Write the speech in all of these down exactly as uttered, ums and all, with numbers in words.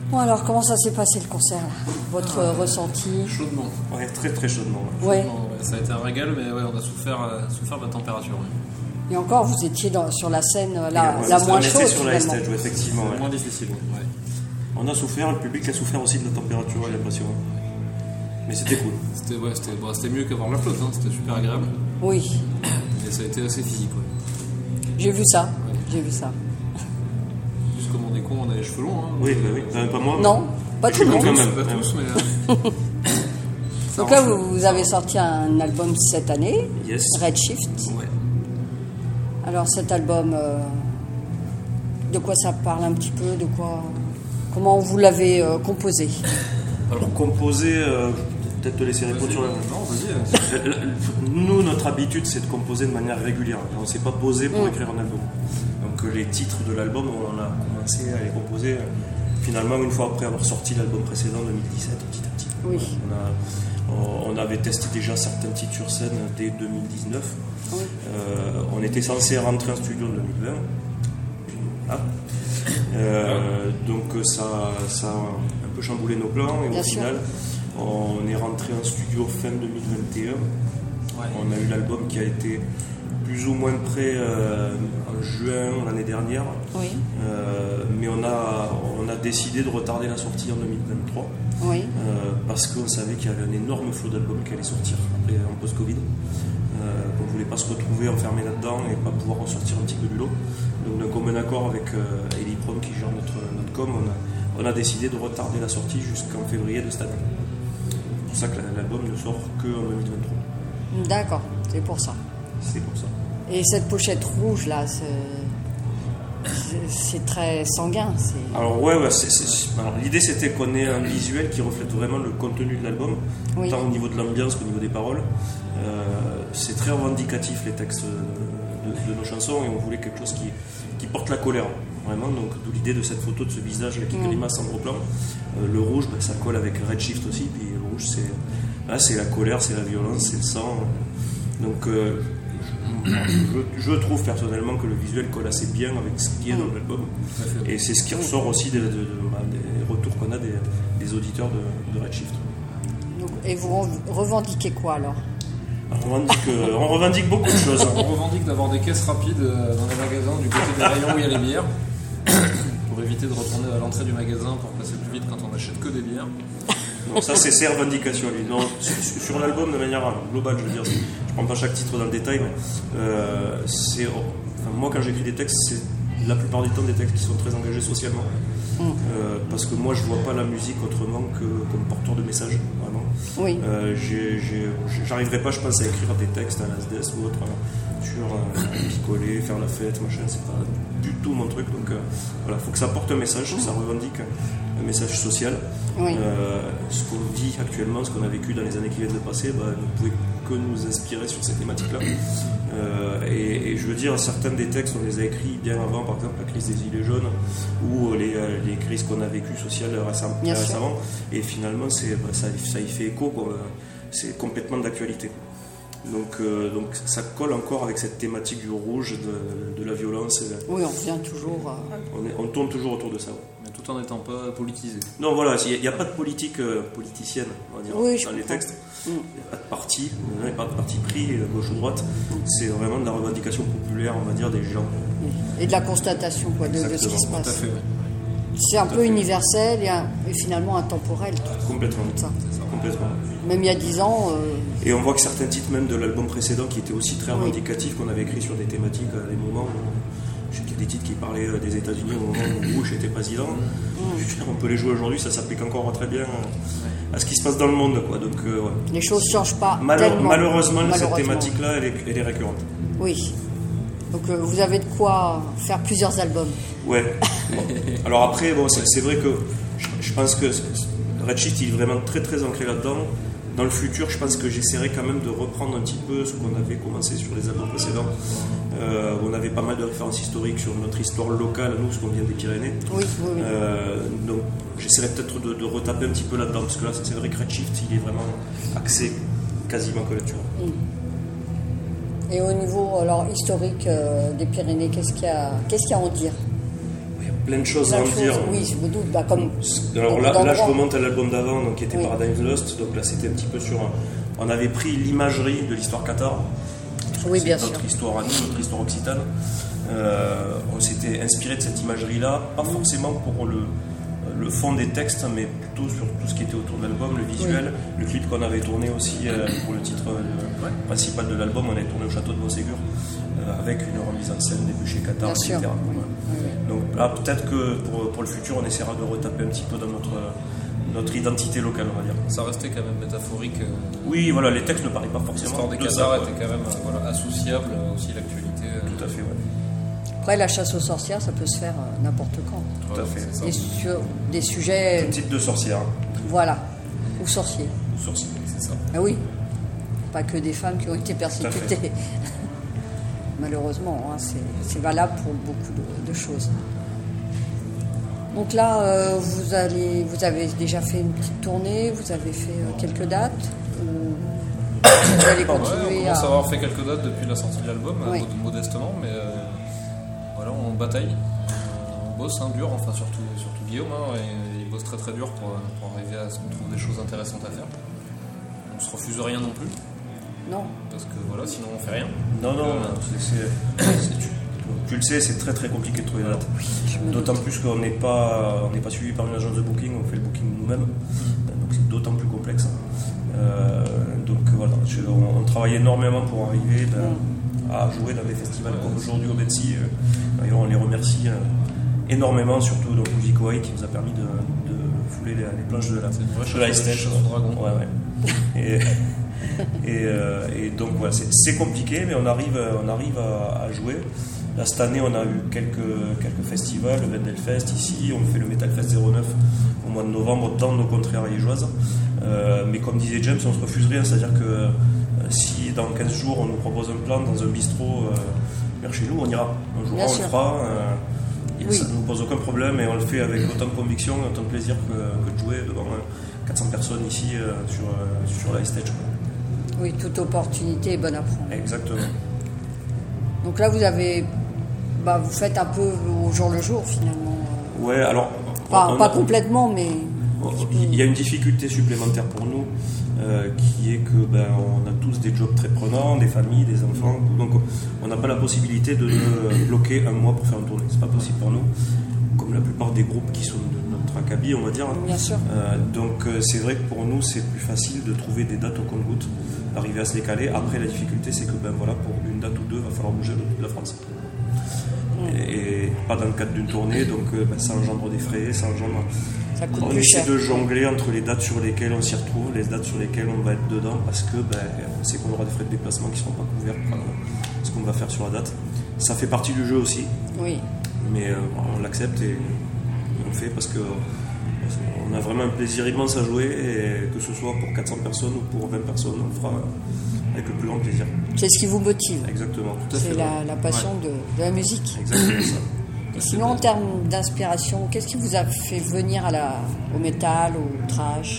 Bon alors, comment ça s'est passé le concert là? Votre ah, ressenti? Chaudement. Ouais, très très chaudement. Ouais. Ouais. Chaudement, ouais. Ça a été un régal, mais ouais, on a souffert, euh, souffert de la température. Ouais. Et encore, vous étiez dans, sur la scène la, ouais, la moins on chaude. était sur la finalement. stage, effectivement. C'est ouais. moins difficile. Ouais. On a souffert, le public a souffert aussi de la température, j'ai l'impression. Mais c'était cool. C'était, ouais, c'était, bon, c'était mieux qu'avoir la flotte, hein. C'était super agréable. Oui. Et ça a été assez physique. Ouais. J'ai vu ça. Ouais. J'ai vu ça. Juste comme on est con, on a les cheveux longs. Hein. Oui, bah oui. Enfin, pas moi. Non, pas tout le monde. Quand même. Pas tous, mais. Euh... Donc là, vous, vous avez sorti un album cette année, Yes. Redshift. Ouais. Alors cet album, euh, de quoi ça parle un petit peu, de quoi, comment vous l'avez euh, composé? Alors composer, euh, peut-être te laisser répondre Vas-y. sur la. Non, vas-y. Nous, notre habitude, c'est de composer de manière régulière. On ne s'est pas posé pour Mm. écrire un album. Donc les titres de l'album, on a commencé à les composer euh, finalement une fois après avoir sorti l'album précédent, deux mille dix-sept, petit à petit. Oui. On, a, on avait testé déjà certains titres sur scène dès deux mille dix-neuf. Oui. Euh, on était censé rentrer en studio en deux mille vingt. Ah. Euh, donc ça, ça a un peu chamboulé nos plans et Bien au sûr. final on est rentré en studio fin deux mille vingt et un. Ouais. On a eu l'album qui a été plus ou moins prêt euh, en juin l'année dernière. Oui. Euh, mais on a, on a décidé de retarder la sortie en deux mille vingt-trois. Oui. Euh, parce qu'on savait qu'il y avait un énorme flot d'albums qui allait sortir après, en post-Covid. Euh, on ne voulait pas se retrouver enfermé là-dedans et pas pouvoir ressortir un petit peu du lot. Donc d'un commun accord avec euh, Eliprom qui gère notre, notre com, on a, on a décidé de retarder la sortie jusqu'en février de cette année. C'est pour ça que l'album ne sort que en deux mille vingt-trois. D'accord, c'est pour ça. C'est pour ça. Et cette pochette rouge là, c'est, c'est, c'est très sanguin. C'est... Alors ouais, ouais c'est, c'est, alors, l'idée c'était qu'on ait un visuel qui reflète vraiment le contenu de l'album, Oui. tant au niveau de l'ambiance qu'au niveau des paroles. Euh, c'est très revendicatif les textes de, de nos chansons et on voulait quelque chose qui, qui porte la colère, vraiment. Donc d'où l'idée de cette photo de ce visage qui Mm. grimace en gros plan. Euh, le rouge, ben, ça colle avec Redshift aussi, puis le rouge c'est, là, c'est la colère, c'est la violence, c'est le sang. Donc euh, je, je trouve personnellement que le visuel colle assez bien avec ce qui est dans l'album. Et c'est ce qui ressort aussi de, de, de, bah, des retours qu'on a des, des auditeurs de, de Redshift. Donc, et vous revendiquez quoi alors? On revendique, euh, on revendique beaucoup de choses. On revendique d'avoir des caisses rapides euh, dans les magasins du côté des rayons où il y a les bières pour éviter de retourner à l'entrée du magasin pour passer plus vite quand on n'achète que des bières. Donc ça c'est ses revendications lui. Non, sur, sur l'album de manière globale, je veux dire, je prends pas chaque titre dans le détail, mais euh, c'est, enfin, moi quand j'écris des textes, c'est la plupart du temps des textes qui sont très engagés socialement. Mm. Euh, parce que moi je vois pas la musique autrement que comme porteur de messages, vraiment. Oui. Euh, j'ai, j'ai, j'arriverai pas, je pense, à écrire des textes à la S D S ou autre euh, sur euh, picoler, faire la fête, machin, c'est pas du tout mon truc. Donc euh, voilà, faut que ça porte un message, que ça revendique un message social. Oui. Euh, ce qu'on vit actuellement, ce qu'on a vécu dans les années qui viennent de passer, bah, ne pouvait que nous inspirer sur ces thématiques-là. Euh, et, et je veux dire, certains des textes, on les a écrits bien avant, par exemple la crise des Gilets jaunes ou les, les crises qu'on a vécues sociales récemment. Bien récemment. Et finalement, c'est, bah, ça, ça y fait écho, quoi. C'est complètement d'actualité. Donc, euh, donc ça colle encore avec cette thématique du rouge, de, de la violence. Et de, Oui, on revient toujours. Euh... on, est, on tourne toujours autour de ça. Ouais. Mais tout en n'étant pas politisé. Non, voilà, il n'y a, a pas de politique euh, politicienne, on va dire, Oui, dans je les comprends. textes. Mm. Il n'y a pas de parti, il n'y a pas de parti pris, gauche ou droite. C'est vraiment de la revendication populaire, on va dire, des gens. Et de la constatation quoi, de, de ce qui se Exactement, Tout à passe. fait, ouais. C'est un Tout à peu fait. universel et, un- et finalement intemporel. Tout, Complètement. tout ça. Complètement. Même il y a dix ans, euh, Et on voit que certains titres même de l'album précédent qui étaient aussi très Oui. revendicatifs, qu'on avait écrit sur des thématiques à des moments où je sais qu'il y a des titres qui parlaient euh, des États-Unis au moment où Bush était président. Je veux dire, on peut les jouer aujourd'hui, ça s'applique encore très bien à ce qui se passe dans le monde, quoi. Donc euh, ouais. les choses ne changent pas Malheure- tellement. malheureusement, cette Malheureusement. thématique-là, elle est, elle est récurrente. Oui. Donc euh, vous avez de quoi faire plusieurs albums. Ouais. Bon. Alors après, bon, c'est, c'est vrai que je, je pense que Redshift il est vraiment très très ancré là-dedans. Dans le futur, je pense que j'essaierai quand même de reprendre un petit peu ce qu'on avait commencé sur les albums précédents. Euh, on avait pas mal de références historiques sur notre histoire locale, nous, parce qu'on vient des Pyrénées. Oui, oui, oui. Euh, donc j'essaierai peut-être de, de retaper un petit peu là-dedans, parce que là, c'est vrai que Redshift, il est vraiment axé quasiment que là-dessus. Et au niveau alors, historique euh, des Pyrénées, qu'est-ce qu'il y a, qu'est-ce qu'il y a à en dire? Il y a plein de choses Plein à de en choses, dire. oui, je me doute. Bah, comme Alors beaucoup là, là, je d'endroits. remonte à l'album d'avant, donc, qui était Oui. Paradise Lost. Donc là, c'était un petit peu sur. On avait pris l'imagerie de l'histoire Qatar. Oui, C'est bien notre sûr. histoire à nous, notre histoire occitane. Euh, on s'était inspiré de cette imagerie-là, pas forcément pour le, le fond des textes, mais plutôt sur tout ce qui était autour de l'album, le visuel, le clip qu'on avait tourné aussi euh, pour le titre euh, principal de l'album. On avait tourné au château de Beauségur euh, avec une remise en scène des bûchers Qatar, Bien et cetera. sûr. Voilà. Oui, oui. Donc là, peut-être que pour, pour le futur, on essaiera de retaper un petit peu dans notre, notre identité locale, on va dire. Ça restait quand même métaphorique. euh, Oui, voilà, les textes ne parlaient pas forcément L'histoire des de ça. Qatars quoi. était quand même euh, voilà, associable euh, aussi à l'actualité. euh, Tout à fait, ouais. Après, la chasse aux sorcières, ça peut se faire euh, n'importe quand. Tout à voilà, fait. c'est ça. Des, sur, des sujets, Tout type de sorcière, voilà, ou sorciers. ou sorcier. C'est ça. Ah oui, pas que des femmes qui ont été à persécutées. Malheureusement, hein, c'est, c'est valable pour beaucoup de, de choses. Donc là, euh, vous, allez, vous avez déjà fait une petite tournée, vous avez fait euh, quelques dates, ou vous allez Ouais, on continuer commence à à... avoir fait quelques dates depuis la sortie de l'album, Oui. euh, modestement, mais euh, voilà, on bataille, on bosse hein, dur, enfin surtout, surtout Guillaume, hein, et il bosse très très dur pour, pour arriver à ce qu'on trouve des choses intéressantes à faire. On se refuse rien non plus, Non, parce que voilà, sinon on fait rien. Non, non, Euh, c'est, c'est- c'est- tu, tu le sais, c'est très très compliqué de trouver des dates. je me doute. D'autant plus qu'on n'est pas, on n'est pas suivi par une agence de booking, on fait le booking nous-mêmes, donc c'est d'autant plus complexe. Euh, donc voilà, je- on, on travaille énormément pour arriver ben, à jouer dans des festivals comme aujourd'hui au Betsy. Euh, D'ailleurs, on les remercie euh, énormément, surtout donc Music Hawaii qui nous a permis de, de fouler les, les planches de la, C'est une vraie de la chasse- Stage. chasse au dragon. Ouais, ouais. Et, et, euh, et donc voilà, c'est, c'est compliqué, mais on arrive, on arrive à, à jouer. Là, cette année, on a eu quelques, quelques festivals, le Vendelfest ici, on fait le Metalfest zéro neuf au mois de novembre dans nos contrées ariégeoises. Euh, mais comme disait James, on se refuse rien, c'est-à-dire que euh, si dans quinze jours on nous propose un plan dans un bistrot euh, vers chez nous, on ira. Un jour Bien on sûr. le fera. Euh, et Oui. ça ne nous pose aucun problème et on le fait avec autant de conviction et autant de plaisir que, que de jouer devant euh, quatre cents personnes ici euh, sur, euh, sur la stage. Oui, toute opportunité est bonne à prendre. Exactement. Donc là, vous avez... Bah, vous faites un peu au jour le jour, finalement. Ouais, alors. Enfin, on pas a- complètement, mais... Il y a une difficulté supplémentaire pour nous, euh, qui est que ben, on a tous des jobs très prenants, des familles, des enfants, donc on n'a pas la possibilité de euh, bloquer un mois pour faire une tournée. C'est pas possible pour nous, comme la plupart des groupes qui sont de notre acabit, on va dire. Bien sûr. Euh, donc euh, c'est vrai que pour nous c'est plus facile de trouver des dates au compte-gouttes, d'arriver à se décaler. Après la difficulté c'est que ben voilà, pour une date ou deux, il va falloir bouger de toute la France. Et, et pas dans le cadre d'une tournée, donc euh, ben, ça engendre des frais, ça engendre. Ça coûte On plus essaie cher. de jongler entre les dates sur lesquelles on s'y retrouve, les dates sur lesquelles on va être dedans, parce que ben, on sait qu'on aura des frais de déplacement qui ne seront pas couverts par ce qu'on va faire sur la date. Ça fait partie du jeu aussi, Oui. mais euh, on l'accepte et on le fait parce que on a vraiment un plaisir immense à jouer, et que ce soit pour quatre cents personnes ou pour vingt personnes, on le fera avec le plus grand plaisir. C'est ce qui vous motive. Exactement, tout à C'est fait. la, la passion de, de la musique. Exactement ça. Et sinon, en termes d'inspiration, qu'est-ce qui vous a fait venir à la, au métal, au trash?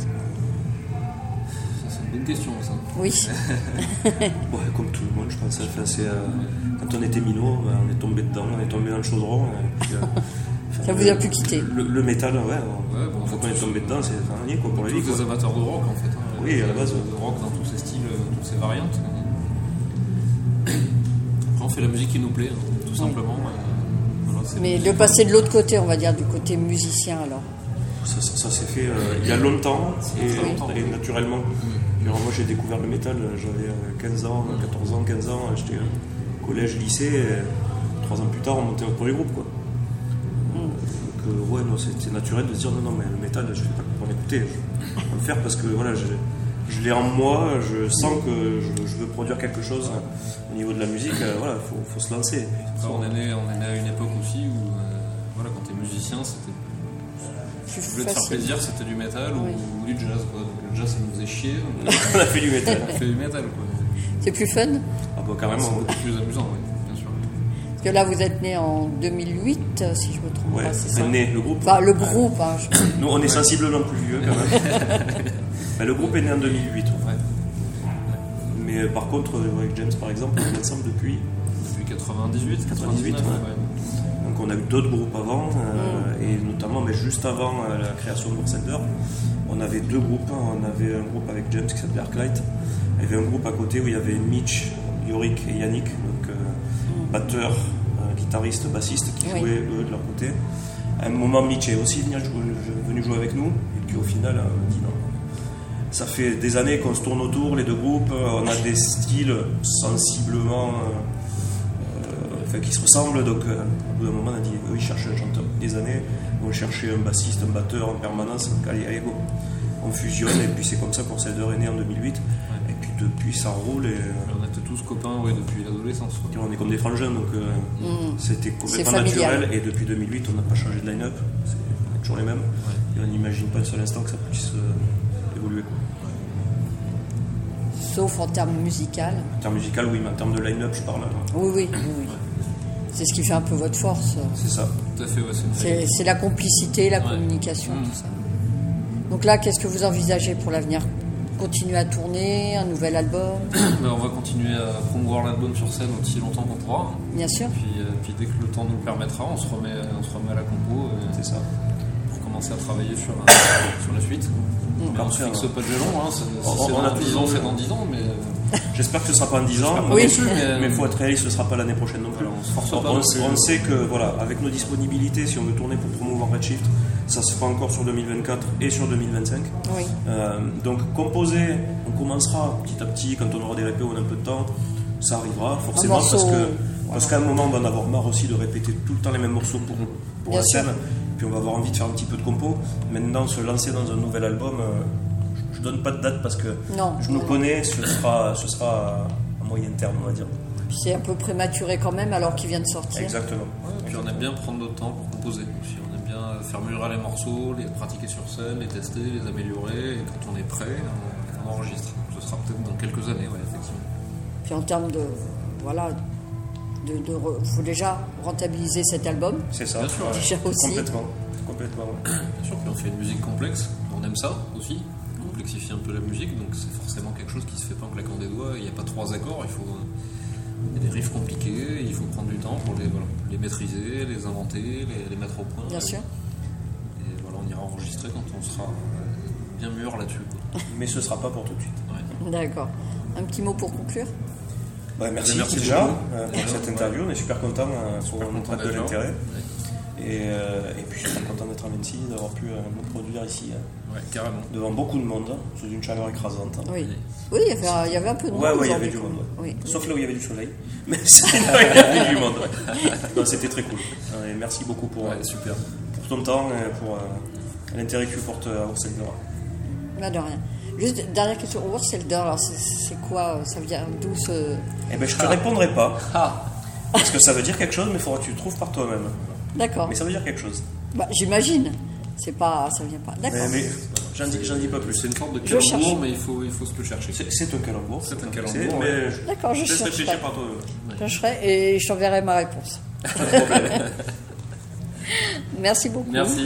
C'est une bonne question, ça. Oui. Ouais, comme tout le monde, je pense. Enfin, c'est, euh, quand on était minot, ben, on est tombé dedans, on est tombé dans le chaudron. Et puis, euh, enfin, Ça vous a plus quitté. Le, le métal, ouais, on, Ouais, bon, une fois on qu'on est tous- tombé dedans, c'est enfin, rien quoi, pour la vie. Tous Quoi. des amateurs de rock, en fait. hein. Oui, à la base, De rock dans tous ses styles, euh, toutes ses variantes. Après, on fait la musique qui nous plaît, hein, tout simplement. euh, voilà, c'est Mais la de musique. passer de l'autre côté, on va dire, du côté musicien, alors. Ça, ça, ça s'est fait euh, il y a longtemps et, très longtemps. et naturellement. Alors, moi j'ai découvert le métal, j'avais euh, quinze ans, quatorze ans, quinze ans, j'étais au collège, lycée, et trois ans plus tard on montait notre premier groupe. Quoi. Donc euh, ouais, non, c'est, c'est naturel de se dire non, non, mais le métal je fais pas que pour l'écouter, je vais le faire parce que voilà, je, je l'ai en moi, je sens que je, je veux produire quelque chose au niveau de la musique, euh, voilà, il faut, faut se lancer. Après, on, est né, on est né à une époque aussi où, euh, voilà, quand t'es musicien, c'était, Plus au lieu de faire facile. plaisir, c'était du métal ou, Oui. ou du jazz. Quoi. Donc le jazz, ça nous faisait chier. On On a fait du métal. a fait du métal, quoi. C'est plus fun? Ah bah carrément. C'est beaucoup plus amusant, oui, bien sûr. Parce que là, vous êtes né en deux mille huit, si je me trompe Ouais, pas, c'est c'est ça? né, le groupe. Enfin, le groupe, hein, je- Nous, on est sensiblement plus vieux quand même. Mais le groupe est né en deux mille huit. Ouais. Ouais. Mais euh, par contre, euh, avec James par exemple, on est ensemble depuis. Depuis quatre-vingt-dix-huit, quatre-vingt-dix-huit, quatre-vingt-dix-neuf, ouais. ouais. Donc on a eu d'autres groupes avant, euh, mmh. et notamment mais juste avant euh, la création de Warselder, on avait deux groupes. On avait un groupe avec James qui s'appelait Arclight. Il y avait un groupe à côté où il y avait Mitch, Yorick et Yannick, donc euh, mmh. batteur, euh, guitariste, bassiste, qui oui. jouaient eux de leur côté. À un moment, Mitch est aussi venu jouer, venu jouer avec nous, et puis au final, on dit non. Ça fait des années qu'on se tourne autour, les deux groupes, on a des styles sensiblement euh, enfin, qui se ressemblent, donc euh, au bout d'un moment on a dit eux ils cherchaient un chanteur. Des années, on cherchait un bassiste, un batteur en permanence, donc allez, allez go. On fusionne et puis c'est comme ça pour Warselder est né en deux mille huit, ouais. Et puis depuis ça roule. Et, on était tous copains ouais, depuis l'adolescence. Ouais. On est comme des frangins, donc euh, mmh. c'était complètement naturel, et depuis deux mille huit on n'a pas changé de line-up, c'est toujours les mêmes, ouais. Et on n'imagine pas un seul instant que ça puisse euh, évoluer. Quoi. Sauf en termes musical. En termes musical, oui, mais en termes de line-up, je parle. Oui, oui, oui, oui. C'est ce qui fait un peu votre force. C'est ça. Tout à fait, ouais, c'est, c'est, c'est la complicité, la ouais. communication, mmh. tout ça. Donc là, qu'est-ce que vous envisagez pour l'avenir ? Continuer à tourner, un nouvel album ? Ben, on va continuer à promouvoir l'album sur scène aussi longtemps qu'on pourra. Bien sûr. Puis, euh, puis dès que le temps nous le permettra, on se remet, on se remet à la compo. Euh, c'est ça. Pour commencer à travailler sur, euh, sur la suite. Mmh. Mais on se fixe pas de jalon, hein. C'est, on, c'est on dans a dix ans, c'est dans dix ans, mais... J'espère que ce ne sera pas en dix ans, oui. mais il faut être réaliste, ce ne sera pas l'année prochaine non plus. Alors, on, se force pas on, sait, on sait que, voilà, avec nos disponibilités, si on veut tourner pour promouvoir Redshift, ça se fera encore sur deux mille vingt-quatre et sur deux mille vingt-cinq. Oui. Euh, donc composer, on commencera petit à petit, quand on aura des répés, on a un peu de temps, ça arrivera forcément, morceau, parce, que, voilà. parce qu'à un moment on va en avoir marre aussi de répéter tout le temps les mêmes morceaux pour, pour la scène, puis on va avoir envie de faire un petit peu de compo. Maintenant, se lancer dans un nouvel album, euh, je ne donne pas de date parce que non, je nous non. connais, ce sera, ce sera à moyen terme, on va dire. C'est un peu prématuré quand même alors qu'il vient de sortir. Exactement. Ouais, puis on aime bien prendre notre temps pour composer aussi. On aime bien faire mûrir les morceaux, les pratiquer sur scène, les tester, les améliorer, et quand on est prêt, on, on enregistre. Ce sera peut-être dans quelques années, ouais, effectivement. Puis en termes de... Voilà... Il faut déjà rentabiliser cet album. C'est ça. Bien sûr, ouais. Déjà aussi. Complètement. Complètement. Bien sûr, puis on fait une musique complexe. On aime ça aussi. Complexifier un peu la musique, donc c'est forcément quelque chose qui se fait pas en claquant des doigts. Il n'y a pas trois accords, il faut il y a des riffs compliqués, il faut prendre du temps pour les, voilà, les maîtriser, les inventer, les, les mettre au point. Bien et, sûr. Et voilà, on ira enregistrer quand on sera bien mûr là-dessus. Quoi. Mais ce sera pas pour tout de suite. Ouais. D'accord. Un petit mot pour conclure. Bah, merci, merci déjà euh, pour cette interview, on est super content euh, pour content notre de l'intérêt. Ouais. Et, euh, et puis je suis content d'être à Mency, d'avoir pu euh, nous produire ici. Euh, ouais, carrément. Devant beaucoup de monde, sous une chaleur écrasante. Oui, oui il, y avait, il y avait un peu de monde. Ouais, ouais, il y avait du monde. Oui. Sauf là où il y avait du soleil. Mais c'est là où il y avait du monde. Non, c'était très cool. Et merci beaucoup pour, ouais, super. pour ton temps et pour euh, l'intérêt que tu portes à Warselder. Bah, de rien. Juste, dernière question, Warselder, alors c'est, c'est quoi, ça vient d'où ce... Eh ben je te ah. répondrai pas, ah. parce que ça veut dire quelque chose, mais il faudra que tu le trouves par toi-même. D'accord. Mais ça veut dire quelque chose. Bah, j'imagine, c'est pas, ça vient pas, d'accord. Mais, mais j'en, dis, j'en dis pas plus. C'est une sorte de calembour, mais il faut, il faut se le chercher. C'est, c'est un calembour. C'est un calembour, c'est, ouais. mais d'accord, je, je chercherai. réfléchir par toi-même. Je chercherai et je t'enverrai ma réponse. Pas de problème. Merci beaucoup. Merci.